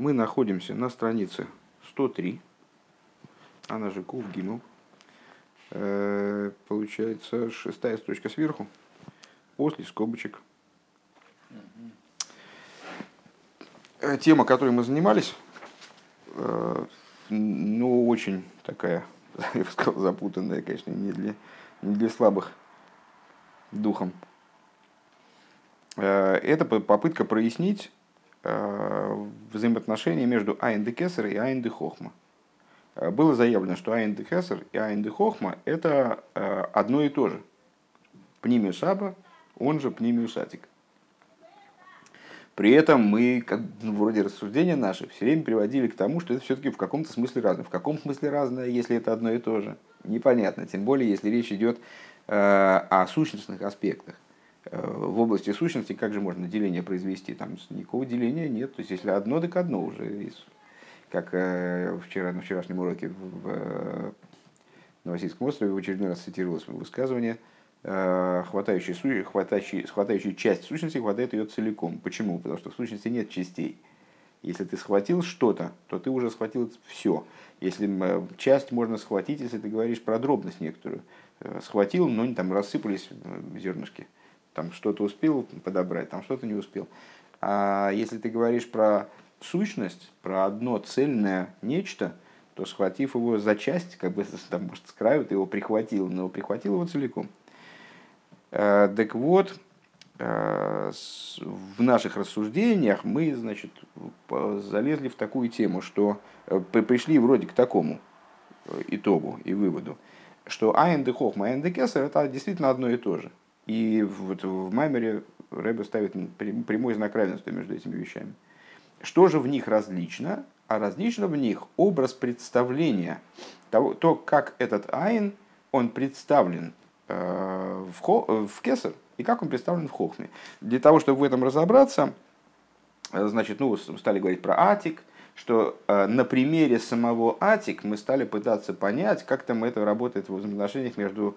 Мы находимся на странице 103, она же Кув Гимл. Получается, 6-я строчка сверху, после скобочек. Тема, которой мы занимались, ну, очень такая, я бы сказал, запутанная, конечно, не для слабых духом. Это попытка прояснить взаимоотношения между Айн де Кесер и Айн де Хохма. Было заявлено, что Айн де Кесер и Айн де Хохма – это одно и то же. Пнимиус Аба, он же Пнимиус Атик. При этом мы, как вроде рассуждения наши, все время приводили к тому, что это все-таки в каком-то смысле разное. В каком смысле разное, если это одно и то же? Непонятно. Тем более, если речь идет о сущностных аспектах. В области сущности как же можно деление произвести? Там никакого деления нет. То есть, если одно, так одно уже. Как на вчерашнем уроке в Новосибирском острове в очередной раз цитировалось высказывание: хватающая часть сущности хватает ее целиком. Почему? Потому что в сущности нет частей. Если ты схватил что-то, то ты уже схватил все. Если часть можно схватить, если ты говоришь про дробность некоторую. Схватил, но там рассыпались зернышки. Там что-то успел подобрать, там что-то не успел. А если ты говоришь про сущность, про одно цельное нечто, то, схватив его за часть, как бы там, может, с краю ты его прихватил, но прихватил его целиком. Так вот, в наших рассуждениях мы, значит, залезли в такую тему, что пришли вроде к такому итогу и выводу, что Айн де Хохма и Айн де Кесер – это действительно одно и то же. И вот в Маймере Ребе ставит прямой знак равенства между этими вещами. Что же в них различно? А различно в них образ представления, то, как этот Айн, он представлен в Кесер и как он представлен в Хохме. Для того, чтобы в этом разобраться, значит, стали говорить про Атик, что на примере самого Атик мы стали пытаться понять, как там это работает в взаимоотношениях между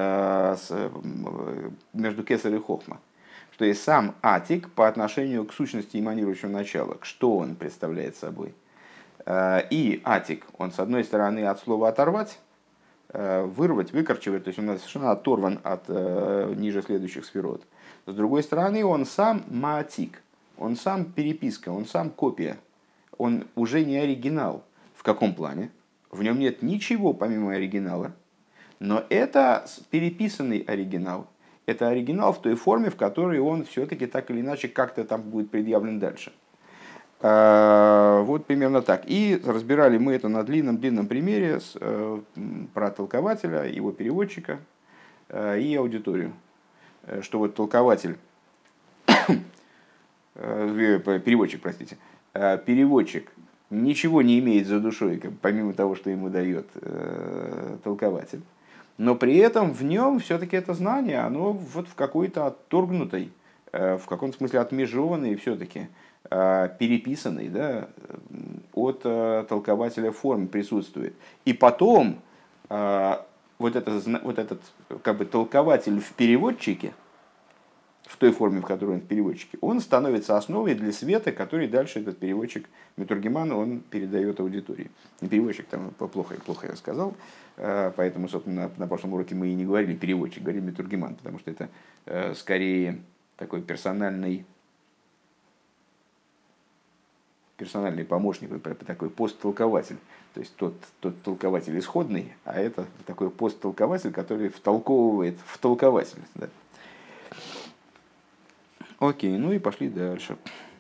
Кесер и Хохма. Что есть сам Атик по отношению к сущности эманирующего начала, что он представляет собой. И Атик, он с одной стороны от слова «оторвать», вырвать, выкорчевать, то есть он совершенно оторван от ниже следующих сферот. С другой стороны, он сам маатик, он сам переписка, он сам копия, он уже не оригинал. В каком плане? В нем нет ничего помимо оригинала, но это переписанный оригинал. Это оригинал в той форме, в которой он все-таки так или иначе как-то там будет предъявлен дальше. Вот примерно так. И разбирали мы это на длинном примере про толкователя, его переводчика и аудиторию. Что вот толкователь, переводчик ничего не имеет за душой, помимо того, что ему дает толкователь. Но при этом в нем все-таки это знание, оно вот в какой-то отторгнутой, в каком-то смысле отмежеванной все-таки, переписанный, да, от толкователя формы присутствует. И потом вот этот как бы толкователь в переводчике, в той форме, в которой он в переводчике, он становится основой для света, который дальше этот переводчик, метургиман, он передает аудитории. Не переводчик, там плохо я сказал, поэтому, собственно, на прошлом уроке мы и не говорили переводчик, говорили метургиман, потому что это скорее такой персональный помощник, такой посттолкователь. То есть тот толкователь исходный, а это такой посттолкователь, который втолковывает в толковательность. Да. Окей, ну и пошли дальше.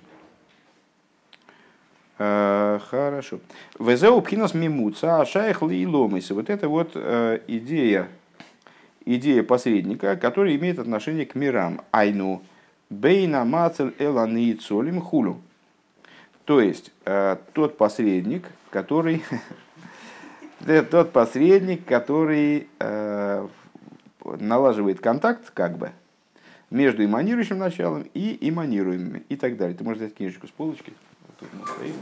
Хорошо. Везеу пхинас мимуца, ашаях ли ломис. Вот это вот идея посредника, который имеет отношение к мирам. Айну бейна мацель элани цолим хулю. То есть тот посредник, который налаживает контакт, как бы, между эманирующим началом и эманируемыми и так далее. Ты можешь взять книжечку с полочки. Тут мы стоим.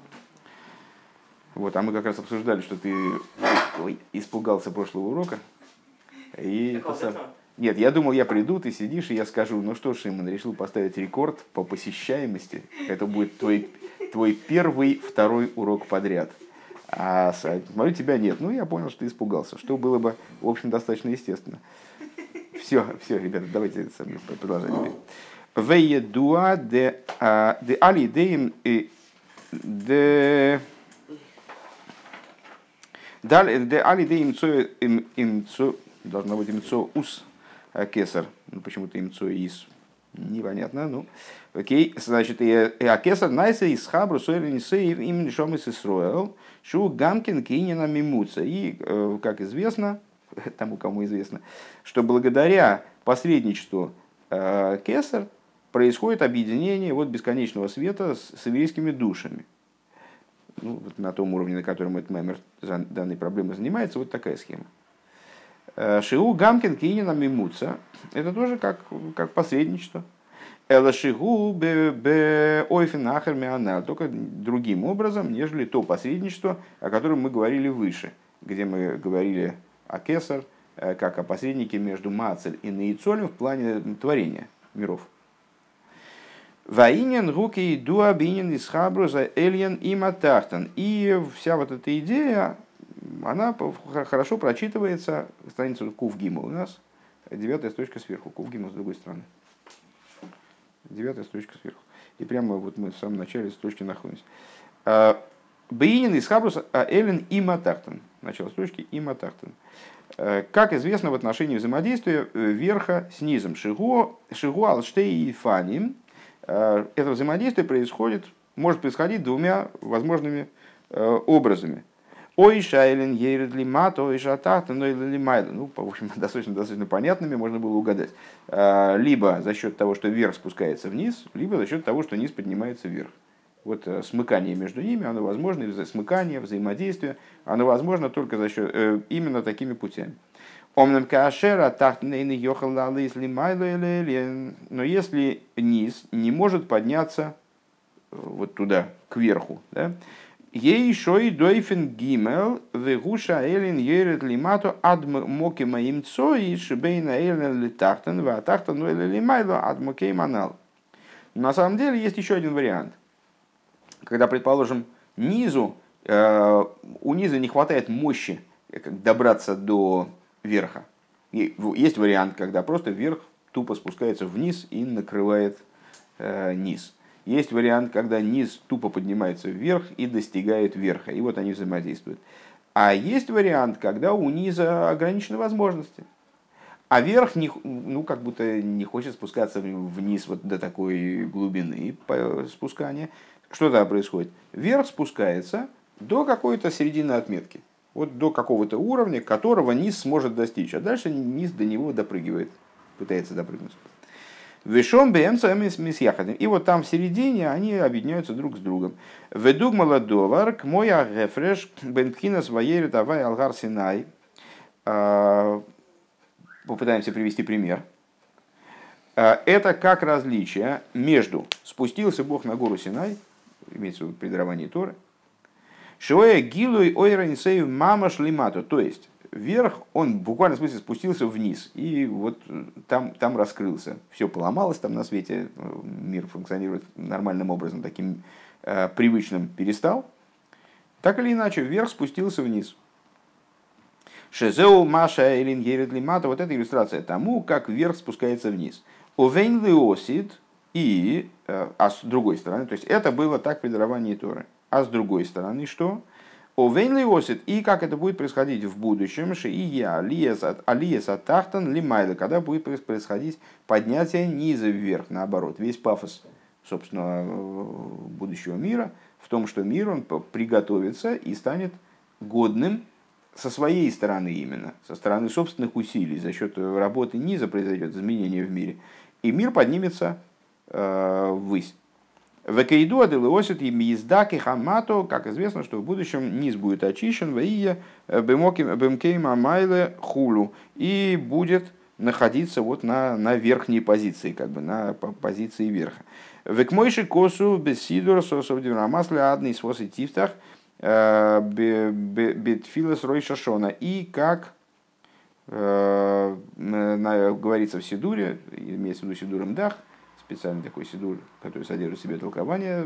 Вот, а мы как раз обсуждали, что ты испугался прошлого урока. Нет, я думал, я приду, ты сидишь, и я скажу: ну что ж, Шимон, решил поставить рекорд по посещаемости. Это будет твой твой первый, второй урок подряд. А смотрю, тебя нет. Ну, я понял, что ты испугался. Что было бы, в общем, достаточно естественно. Все, ребята, давайте продолжать. Веедуа де алидеем де алидеем должно быть имцо ус кесар. Ну, почему-то имцо ис. Непонятно, ну. Окей, значит, кесар найса из хабру сойли нисеев имени шомис исроэл шу гамкин кинина мимуца. И, как известно, тому, кому известно, что благодаря посредничеству кесар происходит объединение вот бесконечного света с еврейскими душами. Ну, вот на том уровне, на котором этот мемер данной проблемой занимается, вот такая схема. Шиу гамкин кинина мимуца. Это тоже как посредничество. Эла шигу бе ойфен ахер мианал. Только другим образом, нежели то посредничество, о котором мы говорили выше, где мы говорили о кесар, как о посреднике между Мацель и Наицолем в плане творения миров. Ваинен руки дуабинен из хабруза эльен и матахтан. И вся вот эта идея, она хорошо прочитывается, страница Кув Гимл у нас, 9-я строчка сверху, Кув Гимл с другой стороны. 9-я строчка сверху. И прямо вот мы в самом начале строчки находимся. Баинен из хабруза эльен и матахтан. Начало строчки и матахтан. Как известно, в отношении взаимодействия верха с низом. Шигу алштей и фаним. Это взаимодействие может происходить двумя возможными образами. Ой, шайлен ейредли мат, ой, шатахта, но или майла. Ну, в общем, достаточно понятными можно было угадать. Либо за счет того, что вверх спускается вниз, либо за счет того, что низ поднимается вверх. Вот смыкание между ними, оно возможно, смыкание, взаимодействие, оно возможно только за счет именно такими путями. Но если низ не может подняться вот туда, кверху, да, ей шой дойфен гимел вегуша элин ерет лимато ад моки моим цой шибейна элин литахтен ватахтен лимайло ад мокей манал. На самом деле есть еще один вариант. Когда, предположим, у низа не хватает мощи добраться до верха. И есть вариант, когда просто верх тупо спускается вниз и накрывает низ. Есть вариант, когда низ тупо поднимается вверх и достигает верха. И вот они взаимодействуют. А есть вариант, когда у низа ограничены возможности. А верх как будто не хочет спускаться вниз вот до такой глубины спускания. Что тогда происходит? Верх спускается до какой-то середины отметки. Вот до какого-то уровня, которого низ сможет достичь. А дальше низ до него допрыгивает, пытается допрыгнуть. Вешом бмсяхадим. И вот там в середине они объединяются друг с другом. Ведугмала довар к моя гефреш бенткинас ваерит авай алгар синай. Попытаемся привести пример. Это как различие между спустился Бог на гору Синай, имеется в виду при даровании Торы, шоя гилуй ойранисею мама шлимату, то есть вверх он в буквальном смысле спустился вниз и вот там раскрылся. Все поломалось там на свете, мир функционирует нормальным образом, таким привычным перестал. Так или иначе, вверх спустился вниз. Шезеу маша элин ерет лимата, вот эта иллюстрация тому, как вверх спускается вниз. Овейн леосид, а с другой стороны, то есть это было так при даровании Торы. А с другой стороны, что? Овейн леосид, и как это будет происходить в будущем, шия алиес атахтан лимайда, когда будет происходить поднятие низа вверх, наоборот. Весь пафос, собственно, будущего мира в том, что мир он приготовится и станет годным со своей стороны именно, со стороны собственных усилий, за счет работы низа произойдет изменение в мире. И мир поднимется ввысь. Векейду аделеосит и миздаки хамато, как известно, что в будущем низ будет очищен, ваия бемкейма майле хулу, и будет находиться вот на верхней позиции, как бы на позиции верха. Векмойши косу бесидор сосовдиврамасле адный свос и тифтах бетфилас рой шашона, и как говорится в Сидуре, имеется в виду Сидуром Дах, специальный такой сидур, который содержит в себе толкование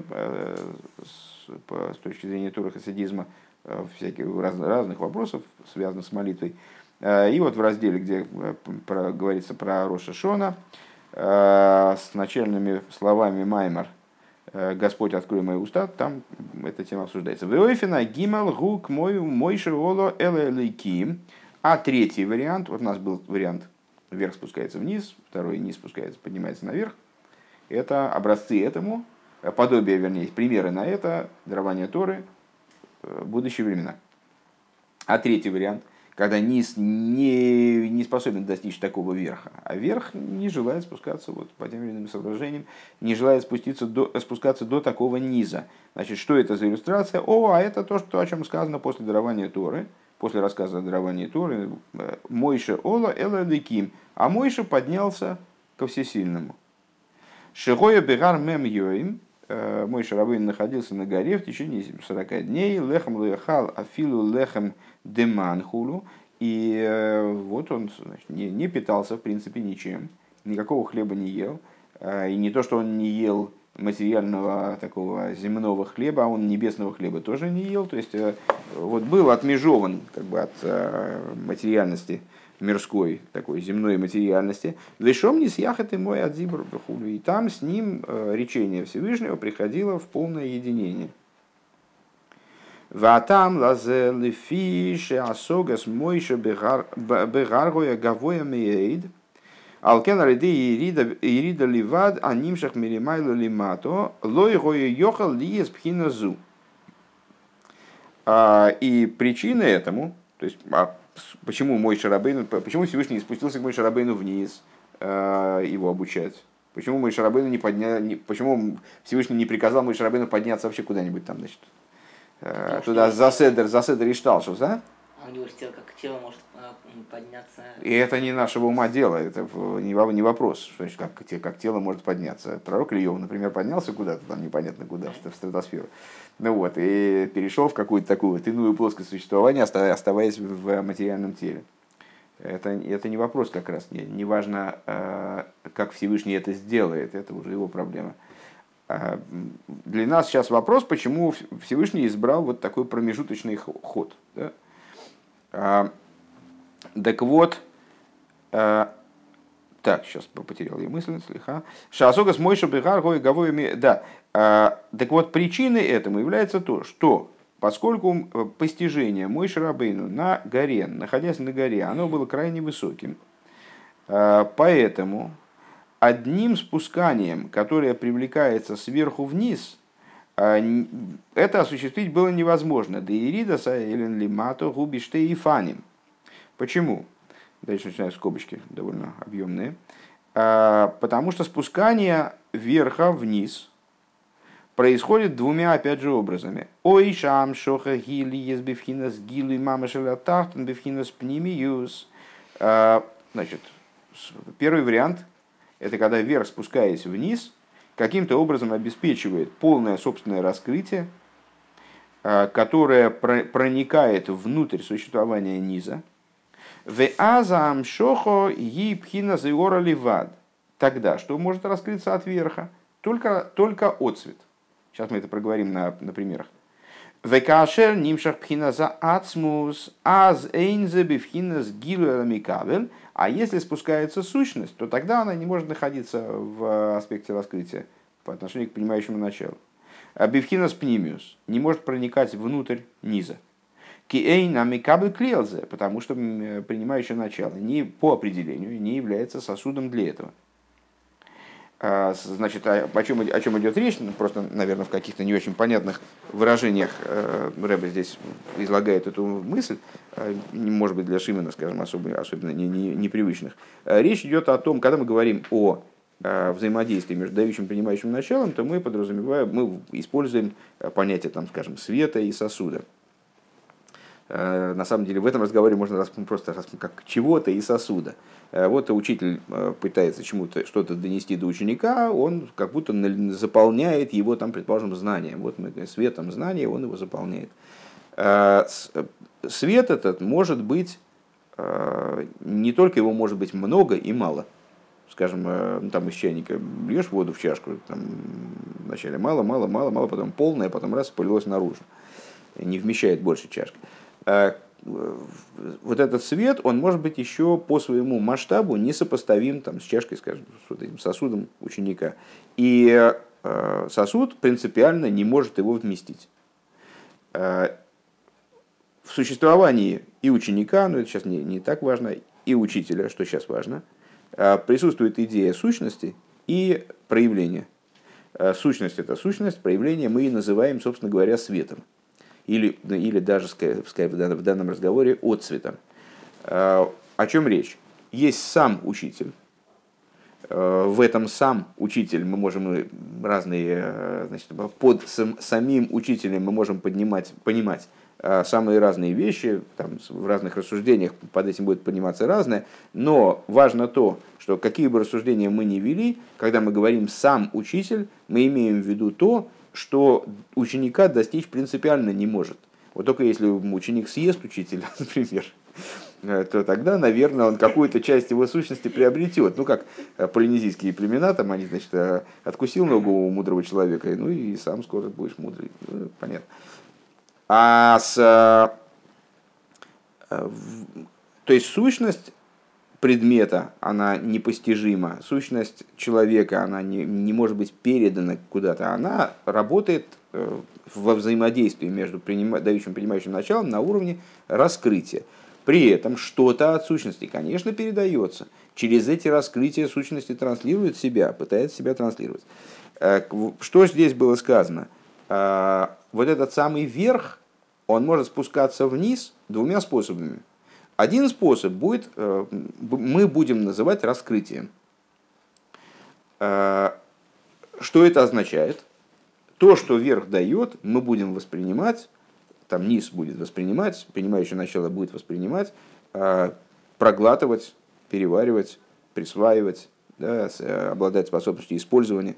с точки зрения Торы хасидизма, всяких разных вопросов, связанных с молитвой. И вот в разделе, где говорится про Рош ха-Шана, с начальными словами Маймар «Господь, открой мои уста», там эта тема обсуждается. «Веойфина гимал гук мойши оло элэлейким». А третий вариант, вот у нас был вариант вверх спускается вниз, второй низ спускается, поднимается наверх. Это образцы этому, подобие, вернее, примеры на это, дарование Торы, будущие времена. А третий вариант, когда низ не способен достичь такого верха, а верх не желает спускаться вот, по тем или иным соображениям, не желает спускаться до такого низа. Значит, что это за иллюстрация? А это то, о чем сказано после дарования Торы, после рассказа о даровании Торы. Мойше ола эла ликим, а Мойше поднялся ко всесильному. Шигоя бегар мем йоим, Мойше Рабейну находился на горе в течение 40 дней, лехам лехал афилу лехам деманхулу, и вот он, значит, не питался в принципе ничем, никакого хлеба не ел, и не то, что он не ел материального такого земного хлеба, а он небесного хлеба тоже не ел, то есть вот был отмежован как бы от материальности мирской, такой земной материальности. Вешом не съяхат и мой адзибр бехулю. И там с ним речение Всевышнего приходило в полное единение. Ватам лазе лифи шеасогас мойше бегаргоя гавоя меэйд. Алкен алиды ирида ливад анимшах миримайло лимато лой гоя йохал лиес пхиназу. И причина этому, то есть почему почему Всевышний спустился к Мойше Рабейну вниз его обучать? Почему Мойше Рабейну почему Всевышний не приказал Мойше Рабейну подняться вообще куда-нибудь там, значит, туда за седер и шталшус, да? А у него же тело, как тело может подняться. И это не нашего ума дело, это не вопрос, что значит, как тело может подняться. Пророк Ильев, например, поднялся куда-то, там непонятно куда, в стратосферу. Ну вот, и перешел в какую-то такую вот иную плоскость существования, оставаясь в материальном теле. Это не вопрос как раз, не важно, как Всевышний это сделает, это уже его проблема. Для нас сейчас вопрос, почему Всевышний избрал вот такой промежуточный ход. Да? Так вот, так, сейчас потерял я мысль, слегка. Шаасогас мойша бегар гой гавоями, да. Так вот, причиной этому является то, что поскольку постижение Мойше Рабейну на горе, находясь на горе, оно было крайне высоким, поэтому одним спусканием, которое привлекается сверху вниз, это осуществить было невозможно. Деиридаса элен лимато губиште и фаним. Почему? Дальше начинаю скобочки довольно объемные. Потому что спускание вверха вниз происходит двумя, опять же, образами. Ой, шам, шоха, гили, езбивхинас, гилу, мама, шелатахтан, бивхинас, пнимиюс. Значит, первый вариант – это когда вверх, спускаясь вниз, каким-то образом обеспечивает полное собственное раскрытие, которое проникает внутрь существования низа. Веазам шохо и пхина зеора ливад. Тогда что может раскрыться от верха? Только отцвет. Сейчас мы это проговорим на примерах. Векашер нимшах пхина за ацмус аз эйнзе бифхина с гилуэламикабель. А если спускается сущность, то тогда она не может находиться в аспекте раскрытия по отношению к принимающему началу. Бифхина с пнимиус не может проникать внутрь низа. Киэйн амикабель клелзе, потому что принимающее начало по определению не является сосудом для этого. Значит, о чем идет речь? Просто, наверное, в каких-то не очень понятных выражениях Рэбе здесь излагает эту мысль, может быть, для Шимона, скажем, особенно непривычных. Речь идет о том, когда мы говорим о взаимодействии между дающим и принимающим началом, то мы используем понятие, там, скажем, света и сосуда. На самом деле в этом разговоре можно просто как чего-то и сосуда. Вот учитель пытается что-то донести до ученика, он как будто заполняет его, там, предположим, знанием. Вот мы светом знания, он его заполняет. Свет этот может быть, не только его может быть много и мало. скажем, ну, там из чайника льешь воду в чашку, там, вначале мало, мало, мало, мало, потом полная, потом раз полилось наружу. Не вмещает больше чашки. Вот этот свет, он может быть еще по своему масштабу несопоставим там, с чашкой, скажем, с вот этим сосудом ученика. И сосуд принципиально не может его вместить. В существовании и ученика, но это сейчас не так важно, и учителя, что сейчас важно, присутствует идея сущности и проявления. Сущность – это сущность, проявление мы и называем, собственно говоря, светом. Или даже, в данном разговоре, отцветом. О чем речь? Есть сам учитель. В этом сам учитель мы можем разные, значит, под самим учителем мы можем понимать самые разные вещи, там, в разных рассуждениях под этим будет пониматься разное, но важно то, что какие бы рассуждения мы ни вели, когда мы говорим «сам учитель», мы имеем в виду то, что ученика достичь принципиально не может. Вот только если ученик съест учителя, например, то тогда, наверное, он какую-то часть его сущности приобретет. Ну, как полинезийские племена, там они, значит, откусил ногу у мудрого человека, ну и сам скоро будешь мудрый. Ну, понятно. То есть сущность предмета, она непостижима, сущность человека, она не может быть передана куда-то, она работает во взаимодействии между дающим и принимающим началом на уровне раскрытия. При этом что-то от сущности, конечно, передается. Через эти раскрытия сущности транслирует себя, пытается себя транслировать. Что здесь было сказано? Вот этот самый верх, он может спускаться вниз двумя способами. Один способ мы будем называть раскрытием. Что это означает? То, что верх дает, мы будем воспринимать, там низ будет воспринимать, принимающее начало будет воспринимать, проглатывать, переваривать, присваивать, да, обладать способностью использования.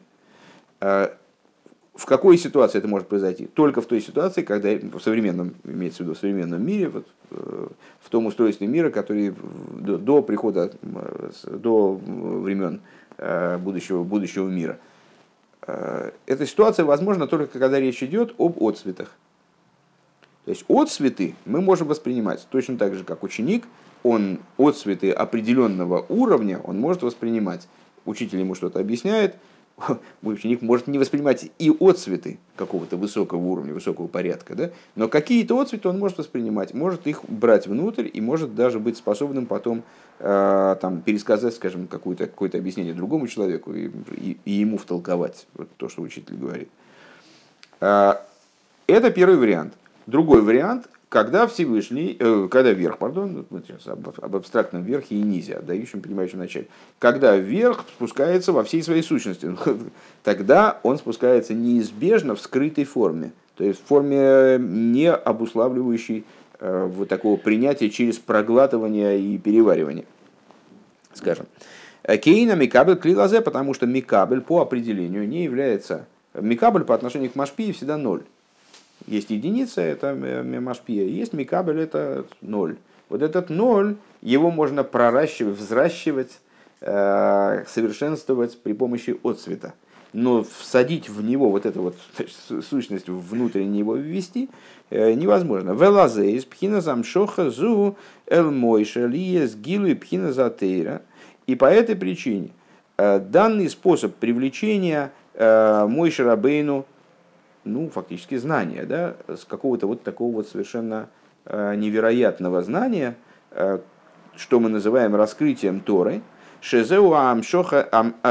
В какой ситуации это может произойти? Только в той ситуации, когда в современном, имеется в виду в современном мире, вот, в том устройстве мира, который до прихода, до времен будущего мира. Эта ситуация возможна только когда речь идет об отцветах. То есть отцветы мы можем воспринимать точно так же, как ученик, он отцветы определенного уровня он может воспринимать. Учитель ему что-то объясняет, ученик может не воспринимать и отцветы какого-то высокого уровня, высокого порядка, да? Но какие-то отцветы он может воспринимать, может их брать внутрь и может даже быть способным потом там, пересказать, скажем, какое-то объяснение другому человеку и ему втолковать вот то, что учитель говорит. Это первый вариант. Другой вариант, когда верх, мы сейчас об абстрактном верхе и низе, отдающем, принимающем начале. Когда верх спускается во всей своей сущности, тогда он спускается неизбежно в скрытой форме, то есть в форме не обуславливающей вот такого принятия через проглатывание и переваривание, скажем. Кейна микабель клилазе, потому что микабель по определению не является... Микабель по отношению к машпии всегда ноль. Есть единица, это машпия, есть микабель, это ноль. Вот этот ноль, его можно проращивать, взращивать, совершенствовать при помощи отцвета. Но всадить в него вот эту вот сущность, внутренне его ввести, невозможно. Велазейс, пхина замшоха зу, эл мойша, лиес, гилу и пхина затейра. И по этой причине данный способ привлечения Мойше Рабейну, ну, фактически знания, да, с какого-то вот такого вот совершенно невероятного знания, что мы называем раскрытием Торы, Шезеу Амшоха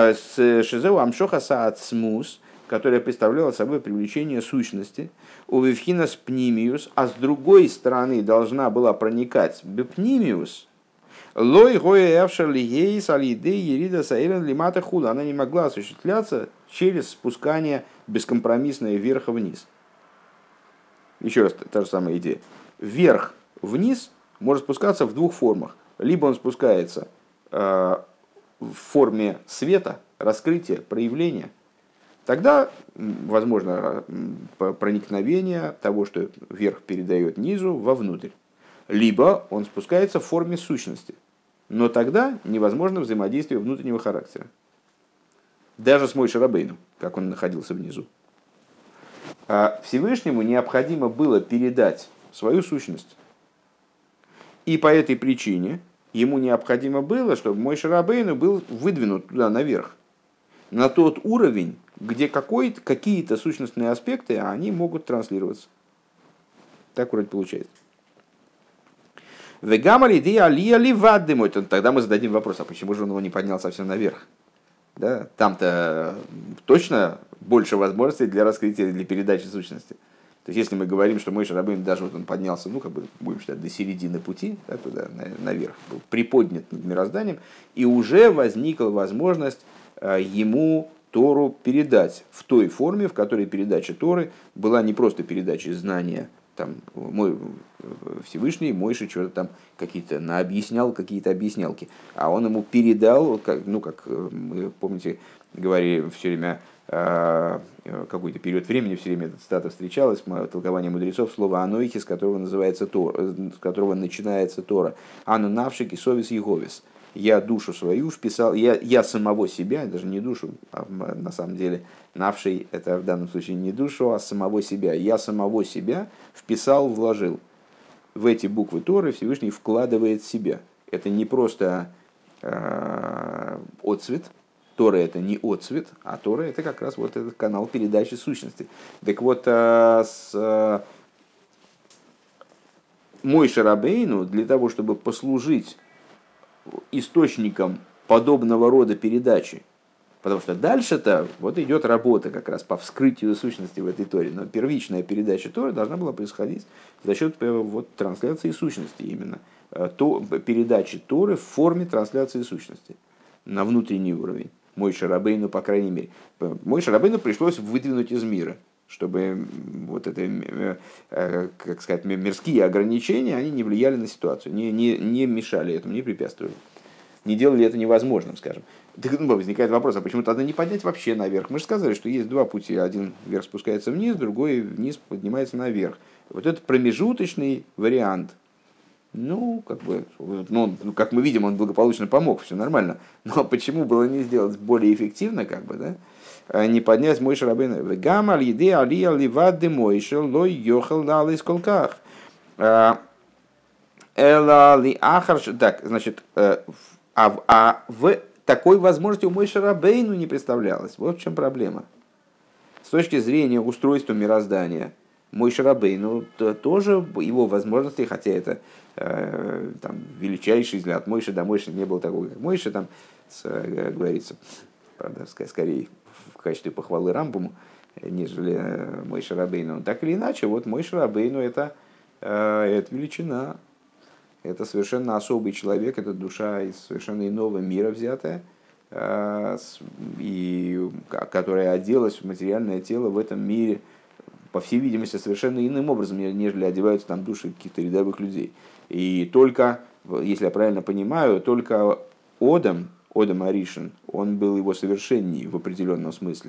Саацмус, которая представляла собой привлечение сущности, у Вивхинас Пнимиус, а с другой стороны должна была проникать Бепнимиус, Лой Гоя Эвшер Лигейс Алидей Ерида Саирен Лимата Худа, она не могла осуществляться через спускание бескомпромиссное вверх-вниз. Еще раз, та же самая идея. Вверх-вниз может спускаться в двух формах. Либо он спускается в форме света, раскрытия, проявления. Тогда возможно проникновение того, что вверх передает низу, вовнутрь. Либо он спускается в форме сущности. но тогда невозможно взаимодействие внутреннего характера. Даже с Мойше Рабейну, как он находился внизу. Всевышнему необходимо было передать свою сущность. И по этой причине ему необходимо было, чтобы Мойше Рабейну был выдвинут туда наверх, на тот уровень, где какие-то сущностные аспекты они могут транслироваться. Так вроде получается. Тогда мы зададим вопрос, а почему же он его не поднял совсем наверх? Да? Там-то точно больше возможностей для раскрытия, для передачи сущности. То есть, если мы говорим, что Мойше Рабейну даже вот он поднялся, будем считать, до середины пути, да, туда наверх, был приподнят над мирозданием, и уже возникла возможность ему Тору передать в той форме, в которой передача Торы была не просто передачей знания, там, Всевышний Мойше что-то там какие-то наобъяснял, какие-то объяснялки, а он ему передал, как вы помните, говорили все время, какой-то период времени, все время эта цитата встречалась, толкование мудрецов, слово «анойхи», с которого начинается Тора. «Ану навшик и совес Еговис». Я душу свою вписал, я самого себя, даже не душу, а на самом деле навший это в данном случае не душу, а самого себя. Я самого себя вписал, вложил. В эти буквы Торы Всевышний вкладывает себя. Это не просто отцвет. Тора это не отцвет, а Тора это как раз вот этот канал передачи сущности. Так вот, с Мойше Рабейну для того, чтобы послужить источником подобного рода передачи, потому что дальше-то вот идет работа как раз по вскрытию сущности в этой Торе, но первичная передача Торы должна была происходить за счет вот трансляции сущности именно, передачи Торы в форме трансляции сущности на внутренний уровень. Мойше Рабейну, по крайней мере. Мойше Рабейну пришлось выдвинуть из мира, чтобы вот это, как сказать, мирские ограничения, они не влияли на ситуацию, не мешали этому, не препятствовали. Не делали это невозможным, скажем. Возникает вопрос, а почему тогда не поднять вообще наверх? Мы же сказали, что есть два пути. Один вверх спускается вниз, другой вниз поднимается наверх. Вот это промежуточный вариант. Как мы видим, он благополучно помог, все нормально. Но почему было не сделать более эффективно, да? Не поднять Мойше Рабейну? Гамаль еде алия ливадде Мойше лой йохал налис колках. Эла ли ахар. Так, значит, в такой возможности у Мойше Рабейну не представлялось. Вот в чем проблема. С точки зрения устройства мироздания, Мойше Рабейну тоже его возможности, хотя это там, величайший взгляд Мойше до Мойше не было такого, как Мойше, там, говорится, правда, скорее в качестве похвалы Рамбаму, нежели Мойше Рабейну. Так или иначе, вот Мойше Рабейну это величина, это совершенно особый человек, это душа из совершенно иного мира взятая, и которая оделась в материальное тело в этом мире, по всей видимости, совершенно иным образом, нежели одеваются там души каких-то рядовых людей. И только, если я правильно понимаю, только Одам Аришин, он был его совершенней в определенном смысле.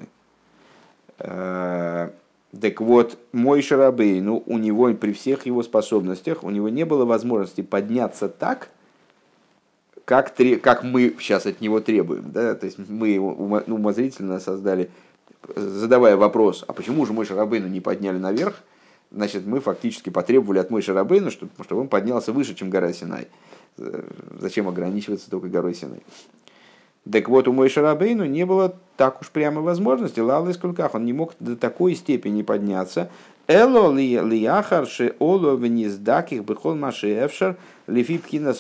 Так вот, Мойше Рабейну, у него при всех его способностях, у него не было возможности подняться так, как мы сейчас от него требуем. Да? То есть мы умозрительно создали, задавая вопрос, а почему же Мойше Рабейну не подняли наверх, значит, мы фактически потребовали от Мойше Рабейну, чтобы он поднялся выше, чем гора Синай. Зачем ограничиваться только горой Синай? Так вот, у Мойше Рабейну не было так уж прямо возможности, лалый скольках, он не мог до такой степени подняться. Эло лияхарши оло вниздаких бихол машеевшар лифи пхинас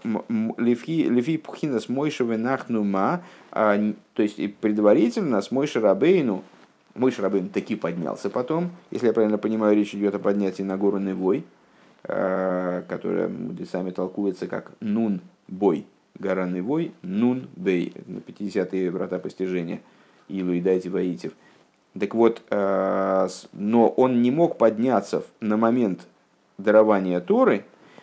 Мойше венахнума. То есть, предварительно с Мойше Рабейну таки поднялся потом, если я правильно понимаю, речь идет о поднятии на гору Невой, которая мудрецами толкуется как Нун-Бой. Гора Невой, Нун-Бей, 50-е врата постижения, Илу и Дайте Ваитев. Так вот, но он не мог подняться на момент дарования Торы,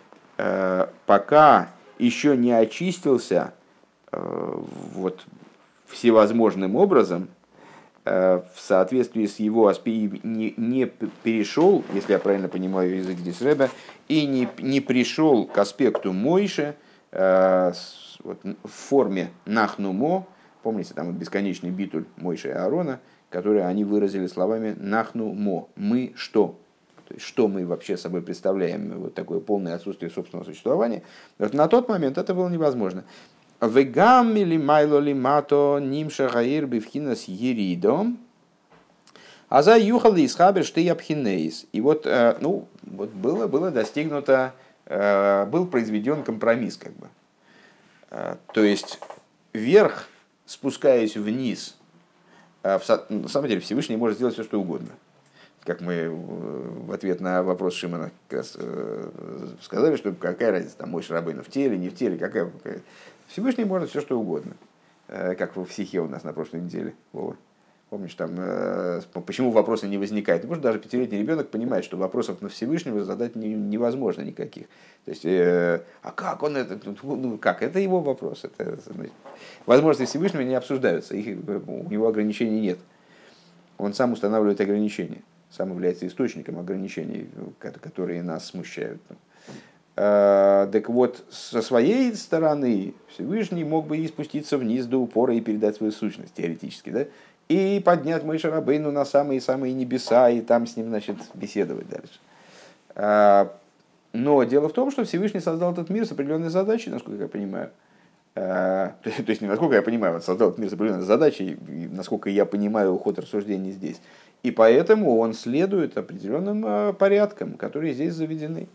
пока еще не очистился вот, всевозможным образом, в соответствии с его не перешел, если я правильно понимаю язык Дисреба, и не пришел к аспекту Мойше, вот, в форме нахнумо, помните, там вот бесконечный битуль Мойши и Аарона, который они выразили словами нахнумо, мы что? То есть, что мы вообще собой представляем, вот такое полное отсутствие собственного существования. Вот на тот момент это было невозможно. Вегам или майло лимато нимша гаир бифхинас еридом. А за юхал из хабер штей абхинейс. И вот, ну, вот было достигнуто, был произведен компромисс, как бы. То есть вверх, спускаясь вниз, на самом деле Всевышний может сделать все, что угодно. Как мы в ответ на вопрос Шимона как раз сказали, что какая разница, там Мойши Рабейну в теле, не в теле, какая. Всевышний может все, что угодно. Как в Психе у нас на прошлой неделе. Вова. Помнишь, там, почему вопросы не возникают? Потому что даже пятилетний ребенок понимает, что вопросов на Всевышнего задать невозможно никаких. То есть, а как он это? Ну, как? Это его вопрос. Это, значит, возможности Всевышнего не обсуждаются. У него ограничений нет. Он сам устанавливает ограничения. Сам является источником ограничений, которые нас смущают. Так вот, со своей стороны Всевышний мог бы и спуститься вниз до упора и передать свою сущность, теоретически, да? И поднять Мойше Рабейну на самые-самые небеса, и там с ним, значит, беседовать дальше. Но дело в том, что Всевышний создал этот мир с определенной задачей, насколько я понимаю. То есть, не насколько я понимаю, он создал этот мир с определенной задачей, и насколько я понимаю ход рассуждений здесь. И поэтому он следует определенным порядкам, которые здесь заведены.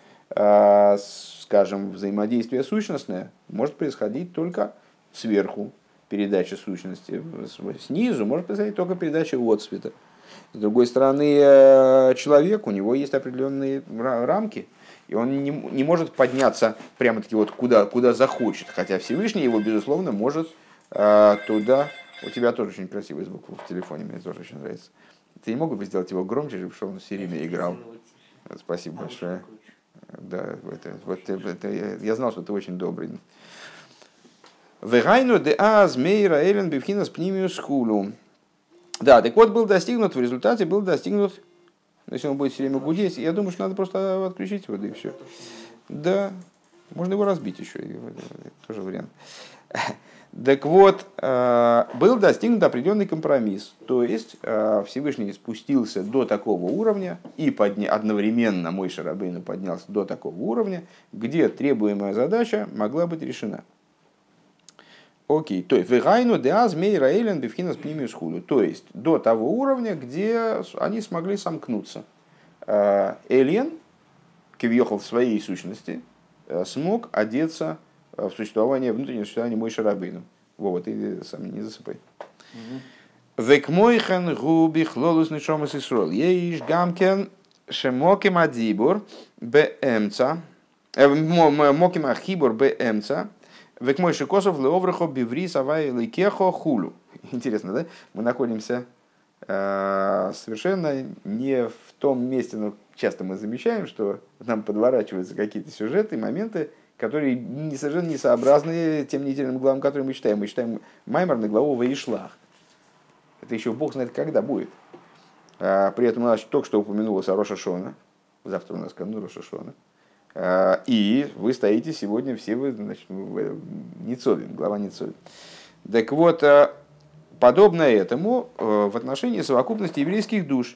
Скажем, взаимодействие сущностное может происходить только сверху, передача сущности, снизу может происходить только передача отцвета. С другой стороны, человек, у него есть определенные рамки, и он не может подняться прямо-таки вот куда захочет, хотя Всевышний его, безусловно, может туда... У тебя тоже очень красивый звук в телефоне, мне тоже очень нравится. Ты не мог бы сделать его громче, чтобы он все время играл? Спасибо большое. Да, я знал, что ты очень добрый. Вегайну де аз мейра элен бифхинас пнимиус хулу. Да, так вот, в результате был достигнут, если он будет все время гудеть, я думаю, что надо просто отключить его, да и все. Да, можно его разбить еще, тоже вариант. Так вот, был достигнут определенный компромисс, то есть Всевышний спустился до такого уровня, и одновременно Мойше Рабейну поднялся до такого уровня, где требуемая задача могла быть решена. Окей, то есть вегайну деаз мейра элен бифхинас пнимиус хулю, то есть до того уровня, где они смогли сомкнуться. Элен, кивьехал в своей сущности, смог одеться в существование, внутреннее существование Мойше Рабейну. Вова, ты сам не засыпай. Векмойхен губи хлолус нишомас Исрол. Еиш гамкен шемоким адибур беэмца. Моким ахибур беэмца. Векмойши косов леоврахо биврис авай лейкехо хулу. Интересно, да? Мы находимся совершенно не в том месте, но часто мы замечаем, что нам подворачиваются какие-то сюжеты, моменты, которые совершенно несообразны тем недельным главам, которые мы читаем. Мы читаем Маймер на главу Ваишлах. Это еще Бог знает, когда будет. При этом у нас только что упомянулось о Рош ха-Шана. Завтра у нас канун Рош ха-Шана. И вы стоите сегодня все вы, значит, в Ницовим, глава Ницовим. Так вот, подобно этому в отношении совокупности еврейских душ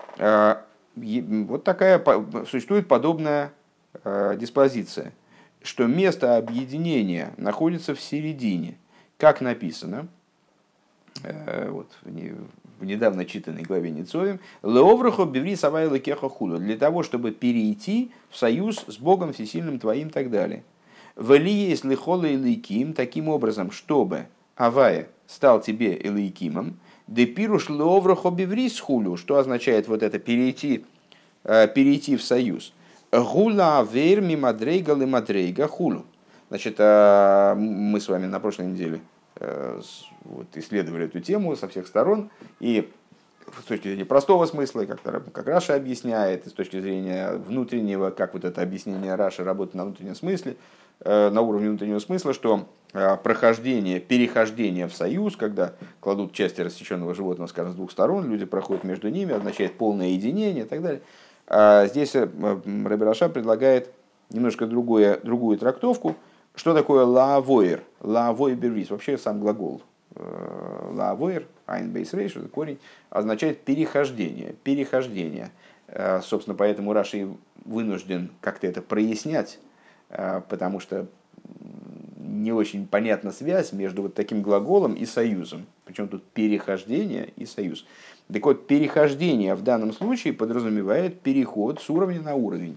вот такая существует подобная диспозиция, что место объединения находится в середине, как написано вот, в недавно читанной главе Ницовим, «Леоврахо биври савай лекеха худу», для того, чтобы перейти в союз с Богом Всесильным твоим и так далее. «Вали есть лихола и лейким», таким образом, чтобы Авая стал тебе элейкимом, «Депируш леоврахо биври схулю», что означает вот это перейти в союз. «Гула авер ми мадрейга ли мадрейга хулу». Значит, мы с вами на прошлой неделе вот, исследовали эту тему со всех сторон, и с точки зрения простого смысла, как Раша объясняет, и с точки зрения внутреннего, как вот это объяснение Раши работает на внутреннем смысле, на уровне внутреннего смысла, что перехождение в союз, когда кладут части рассеченного животного, скажем, с двух сторон, люди проходят между ними, означает полное единение и так далее. Здесь Ребе Раша предлагает немножко другую трактовку. Что такое лаавоир? Лаавоир бервис. Вообще сам глагол лаавоир, айн бейс рейш, это корень, означает перехождение. Перехождение. Собственно, поэтому Раши вынужден как-то это прояснять, потому что не очень понятна связь между вот таким глаголом и союзом. Причем тут перехождение и союз. Так вот, перехождение в данном случае подразумевает переход с уровня на уровень.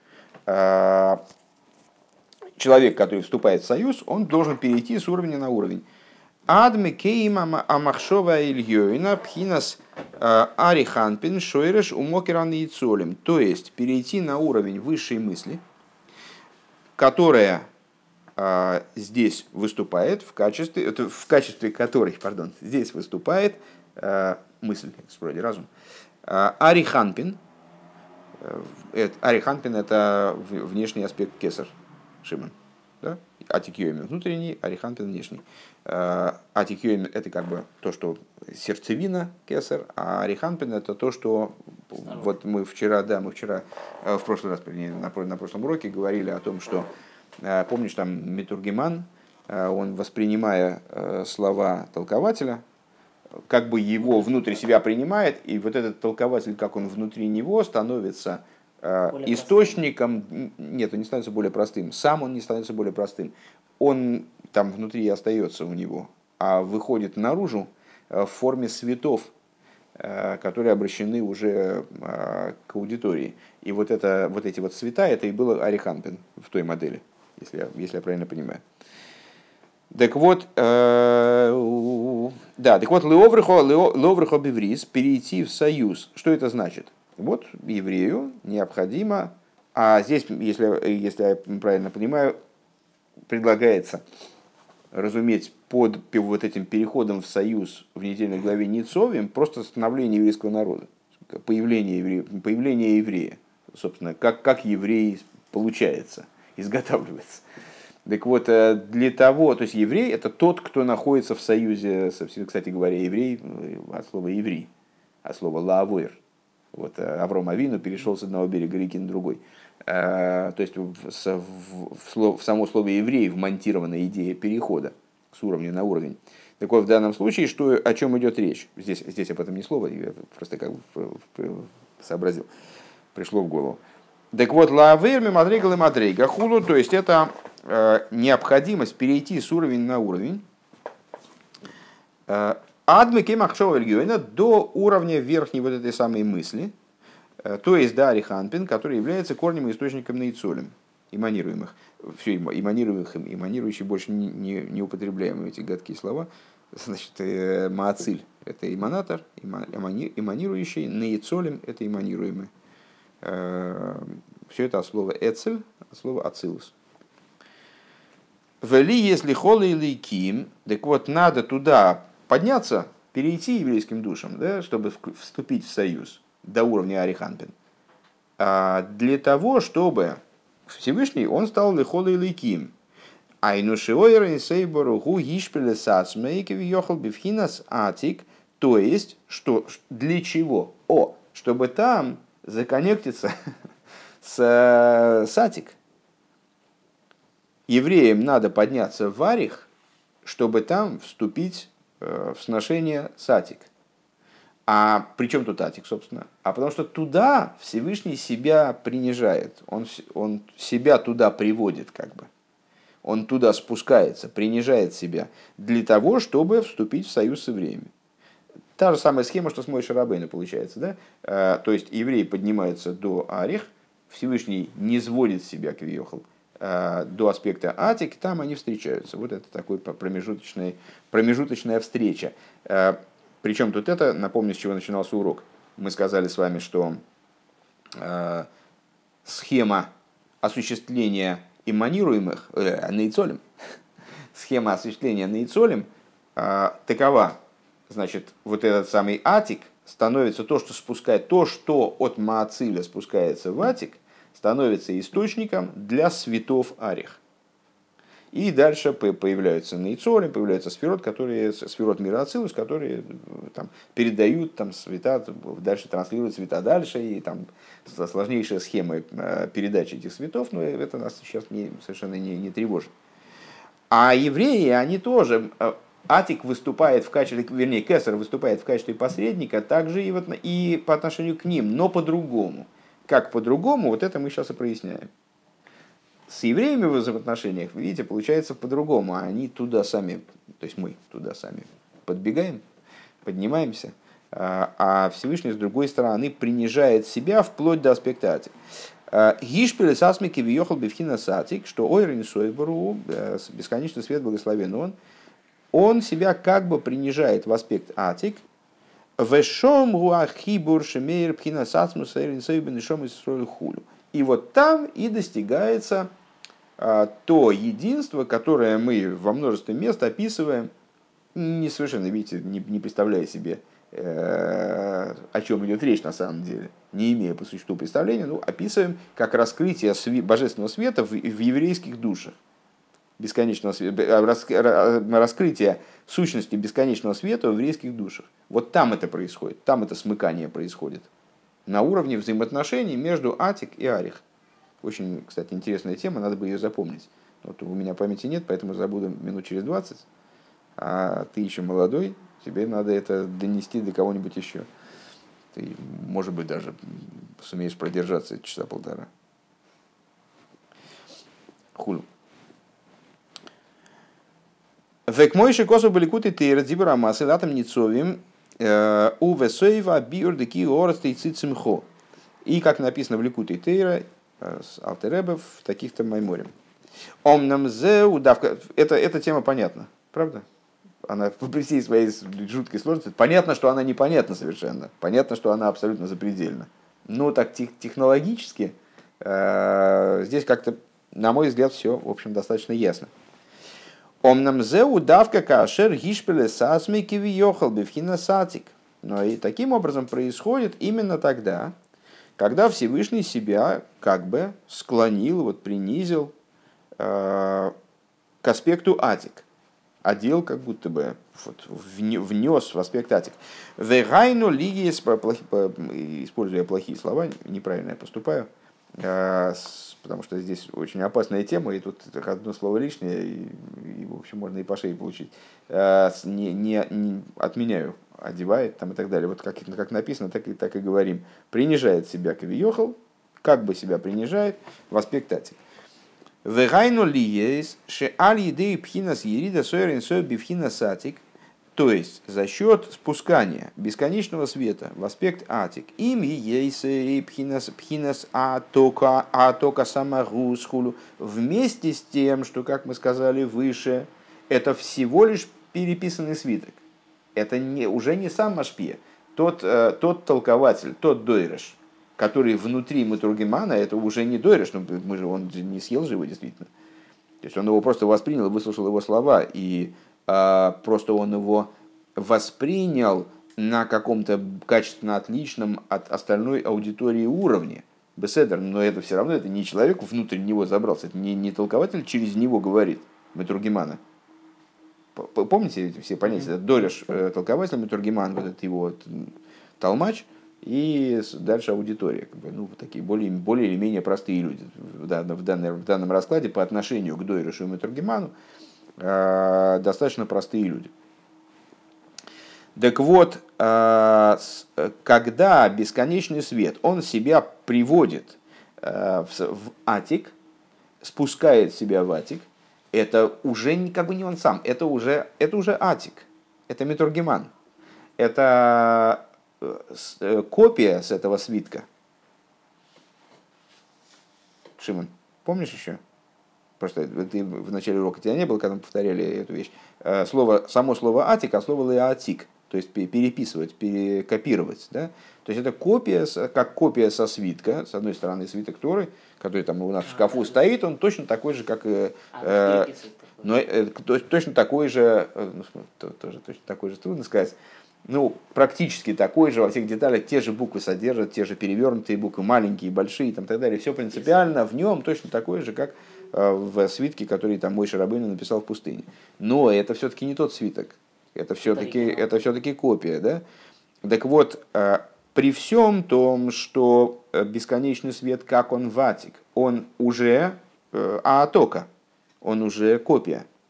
Человек, который вступает в союз, он должен перейти с уровня на уровень. Адме кейма амахшова ильёйна пхинас ариханпин шойреш умокеран яйцолем. То есть перейти на уровень высшей мысли, которая здесь выступает в качестве которой, здесь выступает мысль, вроде разум. Ариханпин. Ариханпин — это внешний аспект кесар, Шимон. Да? Атикьёйм внутренний, ариханпин внешний. Атикьёйм — это как бы то, что сердцевина кесар, а ариханпин — это то, что вот мы вчера в прошлый раз, на прошлом уроке говорили о том, что, помнишь, там Метургиман, он, воспринимая слова толкователя, как бы его внутрь себя принимает, и вот этот толкователь, как он внутри него, становится источником, нет, он не становится более простым, сам он не становится более простым, он там внутри остается у него, а выходит наружу в форме светов, которые обращены уже к аудитории. И вот эти вот цвета, это и был ариханпин в той модели, если я правильно понимаю. Так вот, леоврихо биврис, перейти в союз. Что это значит? Вот еврею необходимо, а здесь, если я правильно понимаю, предлагается разуметь под вот этим переходом в союз в недельной главе Ницовим просто становление еврейского народа, появление еврея, собственно, как еврей получается, изготавливается. Так вот, для того, то есть еврей — это тот, кто находится в союзе, кстати говоря, еврей от слова еврей, от слова лаавоир. Вот Авром Авину перешел с одного берега реки на другой. То есть в само слово еврей вмонтирована идея перехода с уровня на уровень. Так вот, в данном случае, о чем идет речь? Здесь об этом ни слова, я просто как бы сообразил, пришло в голову. Так вот, лаавоир мимадрейга лемадрейга хулу, то есть это необходимость перейти с уровня на уровень адмеки махшова региона до уровня верхней вот этой самой мысли, то есть до ариханпин, который является корнем и источником наицолем, эманируемых. Все, эманируемых, эманирующие больше не употребляем эти гадкие слова. Значит, маациль — это эманатор, эманирующий, наицолем — это эманируемый. Все это от слова эцель, от слова ацилус. Вели, если холы или ким, так вот, надо туда подняться, перейти еврейским душам, да, чтобы вступить в союз до уровня ариханпин. Для того, чтобы Всевышний, он стал лихолы или ким. Айнушиойр и сейбору гу гишпеле сацмейки въехал бифхинас атик, то есть, что, для чего? Чтобы там законнектиться с атик. Евреям надо подняться в Арих, чтобы там вступить в сношение с Атик. А при чем тут Атик, собственно? А потому что туда Всевышний себя принижает. Он себя туда приводит, как бы. Он туда спускается, принижает себя для того, чтобы вступить в союз с евреями. Та же самая схема, что с Моше Рабейну получается. Да? То есть евреи поднимаются до Арих, Всевышний низводит себя к Виохал до аспекта Атик, там они встречаются. Вот это такая промежуточная встреча. Причем тут это, напомню, с чего начинался урок. Мы сказали с вами, что схема осуществления эманируемых, наицолем, схема осуществления наицолем такова. Значит, вот этот самый Атик становится то, что спускает, то, что от Маациля спускается в Атик, становится источником для светов Арих. И дальше появляются наицолем, появляются сферот мира Ацилус, которые там передают там, света, дальше транслируют света дальше, и там сложнейшая схема передачи этих светов, но это нас сейчас совершенно не тревожит. А евреи, они тоже, Атик выступает в качестве, вернее, Кесар выступает в качестве посредника, также и по отношению к ним, но по-другому. Как по-другому, вот это мы сейчас и проясняем. С евреями в взаимоотношениях, видите, получается по-другому. Они туда сами, то есть мы туда сами подбегаем, поднимаемся, а Всевышний, с другой стороны, принижает себя вплоть до аспекта Атик. Гишпиль сасмики въехал бифхина сатик, что ойрин сойбру, бесконечный свет благословен он себя как бы принижает в аспект Атик, вешом руахибур шемейр пхина сасмус ойрин сойбен и шом из хулю. И вот там и достигается то единство, которое мы во множестве мест описываем, не совершенно, видите, не представляя себе, о чем идет речь на самом деле, не имея по существу представления, ну, описываем как раскрытие божественного света в еврейских душах. Бесконечного раскрытие сущности бесконечного света в еврейских душах. Вот там это происходит, там это смыкание происходит. На уровне взаимоотношений между Атик и Арих. Очень, кстати, интересная тема, надо бы ее запомнить. Вот у меня памяти нет, поэтому забуду минут через 20. А ты еще молодой, тебе надо это донести до кого-нибудь еще. Ты, может быть, даже сумеешь продержаться часа полтора. Хулю. Век мойши косу баликуты тейр дибра масы латам ницовим у весоева биордеки орстей цицимхо. И как написано в Ликуте Тейра с Алтеребе в таких-то майморем. Омнам зе удавка. Эта тема понятна, правда? Она при всей своей жуткой сложности. Понятно, что она непонятна совершенно. Понятно, что она абсолютно запредельна. Но так технологически здесь как-то, на мой взгляд, все, в общем, достаточно ясно. Омнам зе удавка кашер гишпеле сасми кивиохал бифхина сатик. Но и таким образом происходит именно тогда, когда Всевышний себя как бы склонил, вот, принизил к аспекту Атик. Одел как будто бы, вот, внес в аспект Атик. Вегайну лиги, используя плохие слова, неправильно я поступаю, потому что здесь очень опасная тема, и тут одно слово лишнее, и в общем, можно и по шее получить. Не отменяю, одевает там и так далее. Вот как написано, так и говорим. Принижает себя кавиохал, как бы себя принижает в аспект Атик. Вегайну ли есть, ше аль едей пхинас ерида сойрен сой бифхинас Атик, то есть за счет спускания бесконечного света в аспект Атик, им ейсей пхинас атока самарусхулу, вместе с тем, что, как мы сказали выше, это всего лишь переписанный свиток. Это уже не сам Машпия, тот толкователь, тот дойреш, который внутри Матургимана, это уже не дойреш, но он не съел же его действительно. То есть он его просто воспринял, выслушал его слова, и просто он его воспринял на каком-то качественно отличном от остальной аудитории уровне. Беседер, но это все равно это не человек внутрь него забрался, это не толкователь через него говорит, Матургимана. Помните эти все понятия? Дориш, толкователь, Матургиман, вот этот его толмач, и дальше аудитория. Ну, такие более или менее простые люди в данном раскладе по отношению к Дойришу и Матургиману. Достаточно простые люди. Так вот, когда бесконечный свет, он себя приводит в Атик, спускает себя в Атик, это уже как бы не он сам, это уже Атик, это Матургиман, это копия с этого свитка. Шимон, помнишь еще? Просто ты в начале урока тебя не было, когда мы повторяли эту вещь. Само слово «атик», а слово «леатик», то есть переписывать, перекопировать. Да? То есть это копия, как копия со свитка, с одной стороны свиток Торы, который там у нас в шкафу стоит, он точно такой же, как... точно такой же, тоже точно такой же, трудно сказать, ну, практически такой же, во всех деталях, те же буквы содержат, те же перевернутые буквы, маленькие, большие и так далее. Все принципиально в нем точно такое же, как в свитке, который там Моше Рабейну написал в пустыне. Но это все-таки не тот свиток, это все-таки копия. Да? Так вот, при всем том, что бесконечный свет, как он ватик, он уже аатока, он уже копия.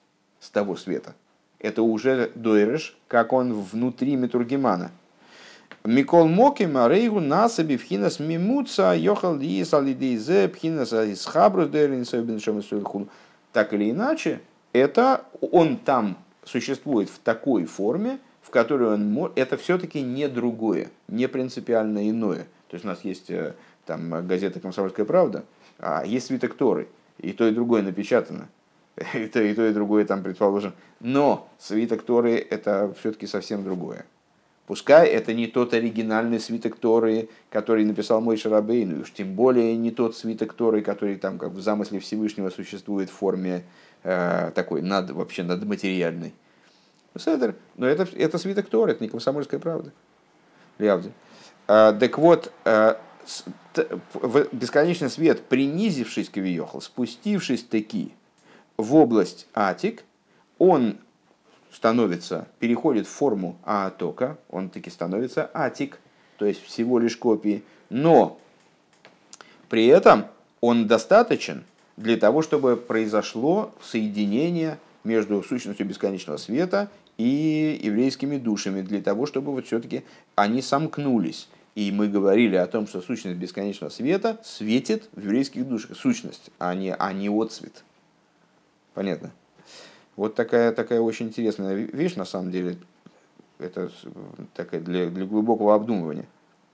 с того света. Это уже дойреш, как он внутри Метургимана. Микол Моким, Арейгу, Насаби, Пхинас Мимуца, Йохал Диес Алидейзе, Пхинас Исхабрус Дерин, Сойбеншем и Суэлхун. Так или иначе, это он там существует в такой форме, в которой это все-таки не другое, не принципиально иное. То есть у нас есть там газета «Комсомольская правда», а есть свиток Торы, и то, и другое напечатано. И то, и другое там предположим. Но свиток Торы это все-таки совсем другое. Пускай это не тот оригинальный свиток Торы, который написал Моше Рабейну, уж тем более не тот свиток Торы, который там как в замысле Всевышнего существует в форме такой вообще надматериальной. Но это свиток Торы, это не комсомольская правда. Лявди. Так вот, бесконечный свет, принизившись к Виохал, спустившись таки в область Атик, он переходит в форму Аатока, он таки становится Атик, то есть всего лишь копии, но при этом он достаточен для того, чтобы произошло соединение между сущностью бесконечного света и еврейскими душами, для того, чтобы вот все-таки они сомкнулись. И мы говорили о том, что сущность бесконечного света светит в еврейских душах. Сущность, а не отцвет. Понятно? Вот такая очень интересная вещь, на самом деле. Это такая для глубокого обдумывания.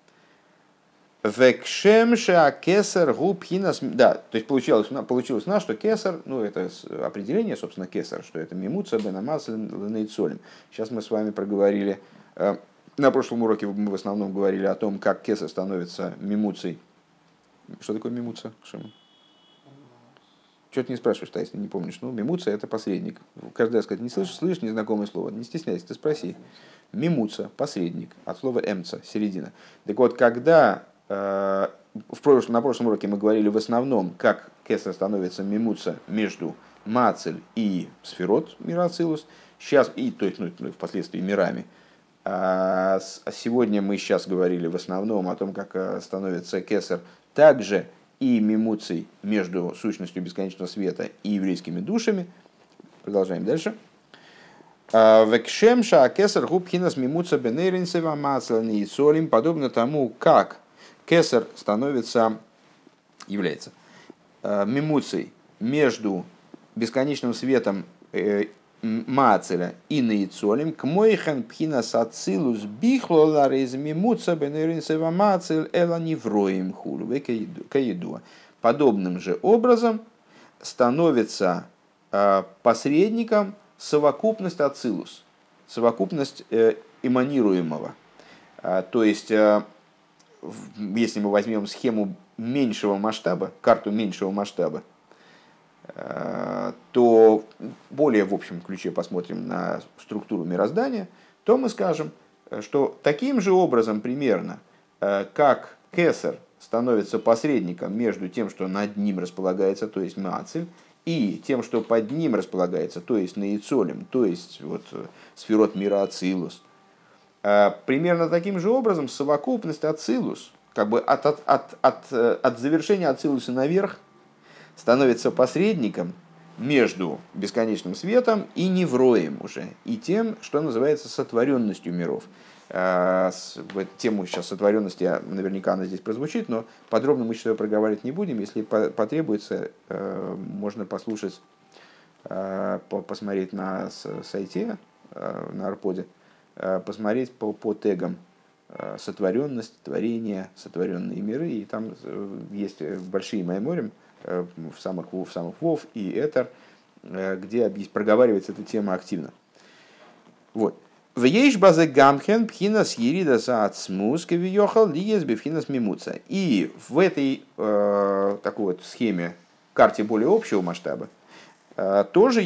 Да, то есть получилось у нас, что кесар, это определение, собственно, кесар, что это мимуца, бенамас, ланейцолем. Сейчас мы с вами проговорили, на прошлом уроке мы в основном говорили о том, как кесар становится мимуцей. Что такое мимуца, Шима? Чего ты не спрашиваешь, если не помнишь? Мимуца – это посредник. Каждый раз сказать, не слышишь незнакомое слово, не стесняйся, ты спроси. Мимуца – посредник, от слова эмца, середина. Так вот, когда на прошлом уроке мы говорили в основном, как кесар становится мимуца между мацель и сферот, мира ацилус, сейчас, то есть впоследствии мирами. А сегодня мы сейчас говорили в основном о том, как становится кесар также и мимуцей между сущностью бесконечного света и еврейскими душами. Продолжаем дальше. Векшемша кесар губхинас мимуца бенеринсева мацлани и солим, подобно тому, как кесар является мимуцей между бесконечным светом Маацеля и Нейцолем, к моихан пхинас ацилус бихлола из мимуца бенеринсева Маацель эла невроим хулу каедуа. Подобным же образом становится посредником совокупность ацилус, совокупность эманируемого. То есть, если мы возьмем схему меньшего масштаба, карту меньшего масштаба, то более в общем ключе посмотрим на структуру мироздания, то мы скажем, что таким же образом примерно, как кесар становится посредником между тем, что над ним располагается, то есть маацель, и тем, что под ним располагается, то есть нейцолем, то есть сферот мира ацилус, примерно таким же образом совокупность ацилус, как бы от завершения ацилуса наверх, становится посредником между бесконечным светом и невроем уже, и тем, что называется сотворенностью миров. Тему сейчас сотворенности, наверняка она здесь прозвучит, но подробно мы что-то проговаривать не будем. Если потребуется, можно послушать, посмотреть на сайте, на Арподе, посмотреть по тегам сотворенность, творение, сотворенные миры, и там есть большие майморим, в самых Вов и Этер, где проговаривается эта тема активно. Вот. В ейш базе гамхен пхинас ерида за ацмус кевиохал лиес бифхинас мимуца. И в этой такой вот схеме, карте более общего масштаба, тоже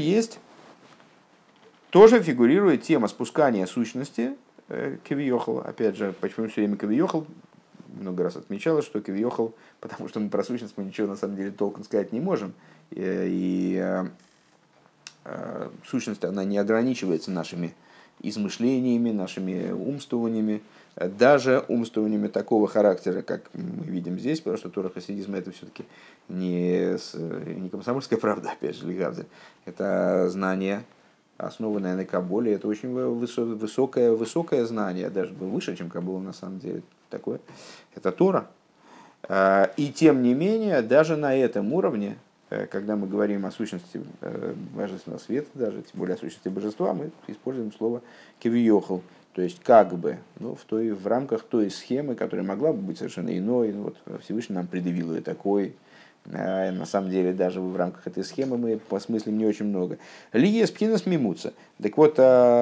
фигурирует тема спускания сущности кевиохал. Опять же, почему все время кевиохал? Много раз отмечалось, что кевиохал, потому что мы про сущность мы ничего на самом деле толком сказать не можем. И сущность, она не ограничивается нашими измышлениями, нашими умствованиями, даже умствованиями такого характера, как мы видим здесь, потому что Тора хасидизма это все-таки не комсомольская правда, опять же, лигавзель. Это знание основанное на Каболе, это очень высокое знание, даже выше, чем Кабола на самом деле. Такое. Это Тора. И тем не менее, даже на этом уровне, когда мы говорим о сущности божественного света, даже тем более о сущности божества, мы используем слово кивиохал, то есть как бы, ну, в рамках той схемы, которая могла бы быть совершенно иной, ну, вот Всевышний нам предъявил ее такой. На самом деле, даже в рамках этой схемы мы посмыслим не очень много. Лиес пхинас мимуца. Так вот,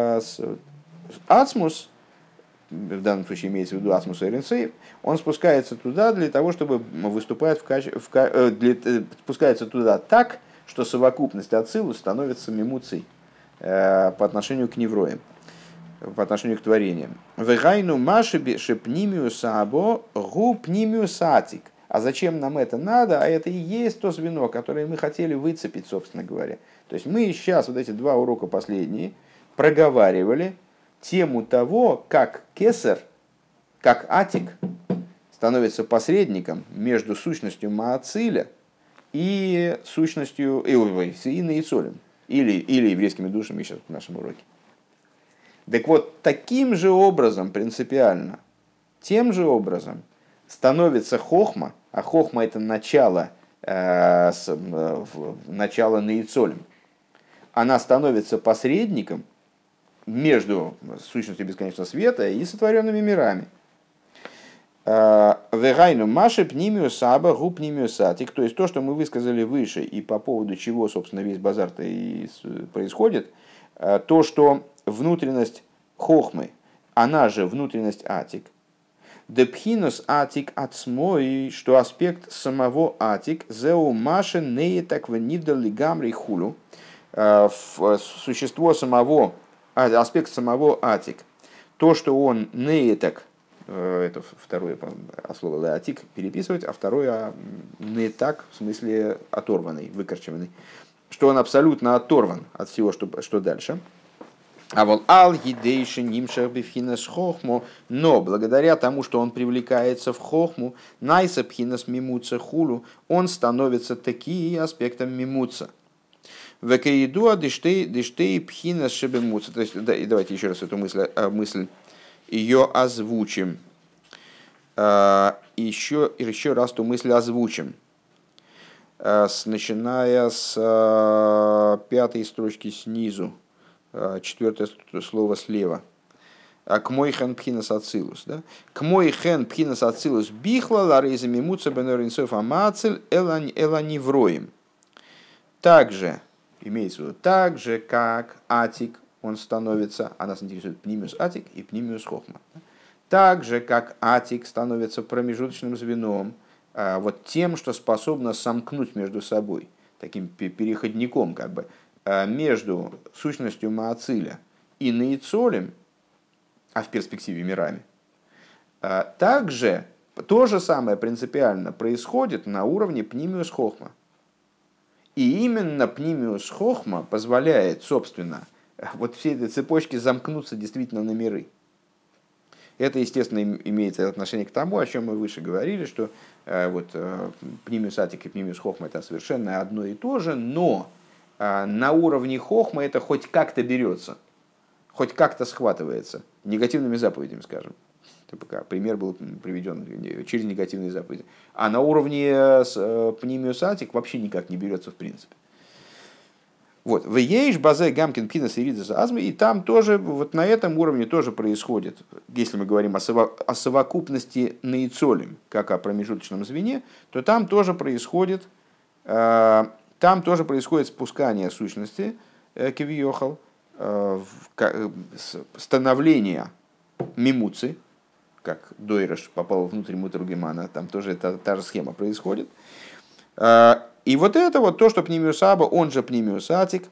ацмус, в данном случае имеется в виду Асмус Эренсейв, он спускается туда для того, чтобы выступать спускается туда так, что совокупность Ацилус становится мимуцей по отношению к невроям, по отношению к творениям. Вегайну маши шепнимиус або гу пнимиус атик. А зачем нам это надо? А это и есть то звено, которое мы хотели выцепить, собственно говоря. То есть мы сейчас, вот эти 2 урока последние, проговаривали тему того, как Кесар, как Атик становится посредником между сущностью Маациля и сущностью и Наицолем, или еврейскими душами сейчас в нашем уроке. Так вот, таким же образом, принципиально, тем же образом становится Хохма, а Хохма это начало Наицолем, она становится посредником между сущностью бесконечного света и сотворенными мирами. Вегайну маши пнимиус аба гу пнимиус атик. То есть то, что мы высказали выше, и по поводу чего, собственно, весь базар-то и происходит, то, что внутренность хохмы, она же внутренность атик, депхинус атик ацмой, что аспект самого атик, зеу маши неетак венидали гамри хулу, существо самого, аспект самого атик, то, что он неетак, это второе слово атик переписывать, а второе неетак, в смысле оторванный, выкорчеванный, что он абсолютно оторван от всего, что дальше. А вот ал едейши нимшер бифхинас хохму, но благодаря тому, что он привлекается в хохму, найса пхинас мимуца хулу, он становится таким аспектом мимуца. Векаидуа диштей пхинас шебемуца. То есть, давайте еще раз эту мысль ее озвучим. Еще раз эту мысль озвучим. Начиная с 5-й строчки снизу. 4-е слово слева. К мой хен пхинас ацилус. К мой хен пхинас ацилус бихла ларейза мимуца беноринцов амацель эланивроим. Также, имеется в виду, так же, как атик, он становится, а нас интересует пнимиус атик и пнимиус хохма. Так же, как атик становится промежуточным звеном, вот тем, что способно сомкнуть между собой, таким переходником, как бы, между сущностью Маациля и Наицолем, а в перспективе мирами, также то же самое принципиально происходит на уровне пнимиус хохма. И именно пнимиус хохма позволяет, собственно, вот всей этой цепочке замкнуться действительно на миры. Это, естественно, имеет отношение к тому, о чем мы выше говорили, что вот пнимиус атик и пнимиус хохма это совершенно одно и то же, но на уровне хохма это хоть как-то берется, хоть как-то схватывается, негативными заповедями, скажем. Пример был приведен через негативные заповеди. А на уровне пнимиус атик вообще никак не берется в принципе. Вот. В ейш базе гамкин пхинас иридас азмы, и там тоже, вот на этом уровне тоже происходит, если мы говорим о совокупности наицолем, как о промежуточном звене, то там тоже происходит спускание сущности кивиохал, становление мимуцы, как Дойреш попал внутрь Мутругемана, там тоже та же схема происходит. И вот это вот то, что пнимиус аба, он же пнимиус атик,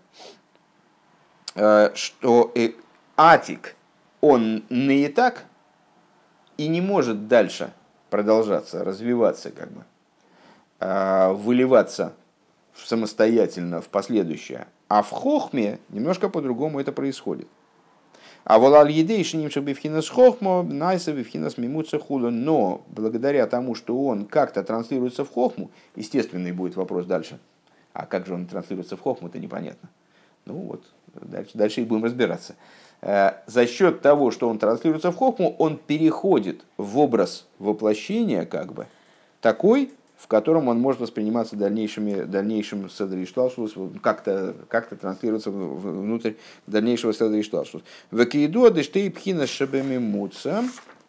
что атик, он не так и не может дальше продолжаться, развиваться, как бы, выливаться самостоятельно в последующее. А в хохме немножко по-другому это происходит. А волал едей шинимши бифхинас хохмо, найса бифхинас мимуца хула. Но благодаря тому, что он как-то транслируется в хохму, естественный будет вопрос дальше. А как же он транслируется в хохму, это непонятно. Ну вот, Дальше и будем разбираться. За счет того, что он транслируется в хохму, он переходит в образ воплощения, как бы, такой, в котором он может восприниматься дальнейшим седри шталшус, как-то транслироваться внутрь дальнейшего седри шталшус. Векиду дештей пхина шебемимуца.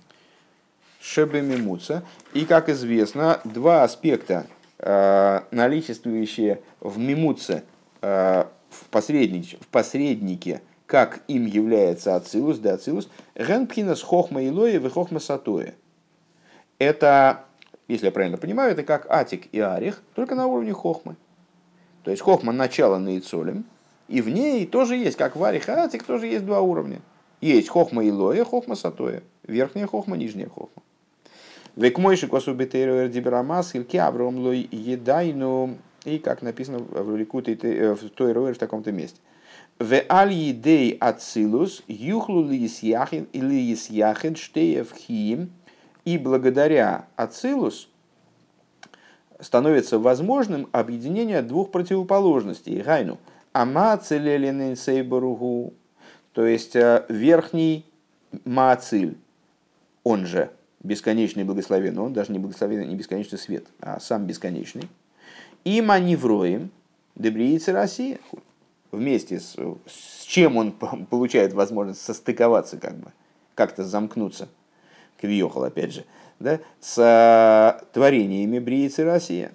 И, как известно, два аспекта, наличествующие в мимуце, в посреднике, как им является ацилус, да ацилус, генпхинас хохма илоя и хохма сатоя. Это, если я правильно понимаю, это как атик и арих, только на уровне хохмы. То есть хохма начало наицолем, и в ней тоже есть, как в арих и атик, тоже есть два уровня. Есть хохма илоя, хохма сатоя, верхняя хохма, нижняя хохма. Век мойши косу бетеру эрдиберамас хильки авром лой едайну, и как написано в Ликуте в той роер в таком-то месте. В аль едей ацилус юхлу лиесяхин или есяхин штеев хиим, и благодаря ацилус становится возможным объединение двух противоположностей. Гайну ама целеленен сейборугу, то есть верхний маациль, он же бесконечный благословенный, он даже не благословенный, не бесконечный свет, а сам бесконечный. И маневроем дебриицы России, вместе с чем он получает возможность состыковаться, как-то замкнуться, квиохал опять же, да, с творениями бриицы России.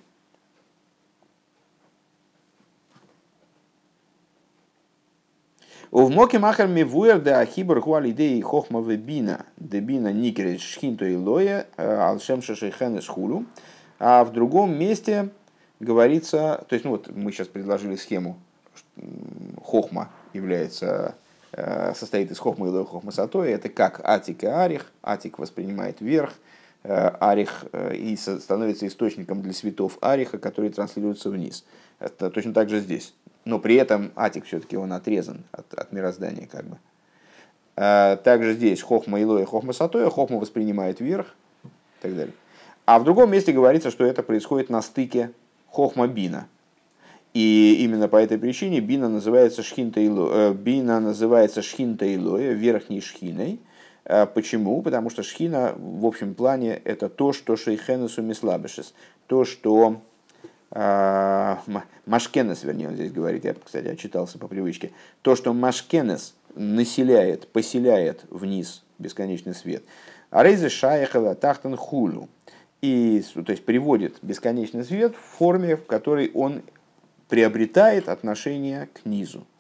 В моке махар мивуэр да ахибр хуалидей хохма вебина дебина никерет шхинто и лоя алшем шашейхэн схулу. А в другом месте говорится, то есть, ну вот мы сейчас предложили схему, хохма состоит из хохма и лоя хохма сатоя, это как атик и арих, атик воспринимает верх, арих и становится источником для светов ариха, которые транслируются вниз. Это точно так же здесь. Но при этом атик все-таки он отрезан от мироздания. Как бы. Также здесь хохма илоя, хохма сатоя, хохма воспринимает верх и так далее. А в другом месте говорится, что это происходит на стыке хохма бина. И именно по этой причине бина называется шхинта илоя, верхней шхиной. Почему? Потому что шхина в общем плане это то, что шейхенесу мислабешес, то, что Машкенес, вернее, он здесь говорит, я, кстати, отчитался по привычке, то, что Машкенес населяет, поселяет вниз бесконечный свет, а рейзе шаяхала тахтан хулу, и, то есть приводит бесконечный свет в форме, в которой он приобретает отношение к низу.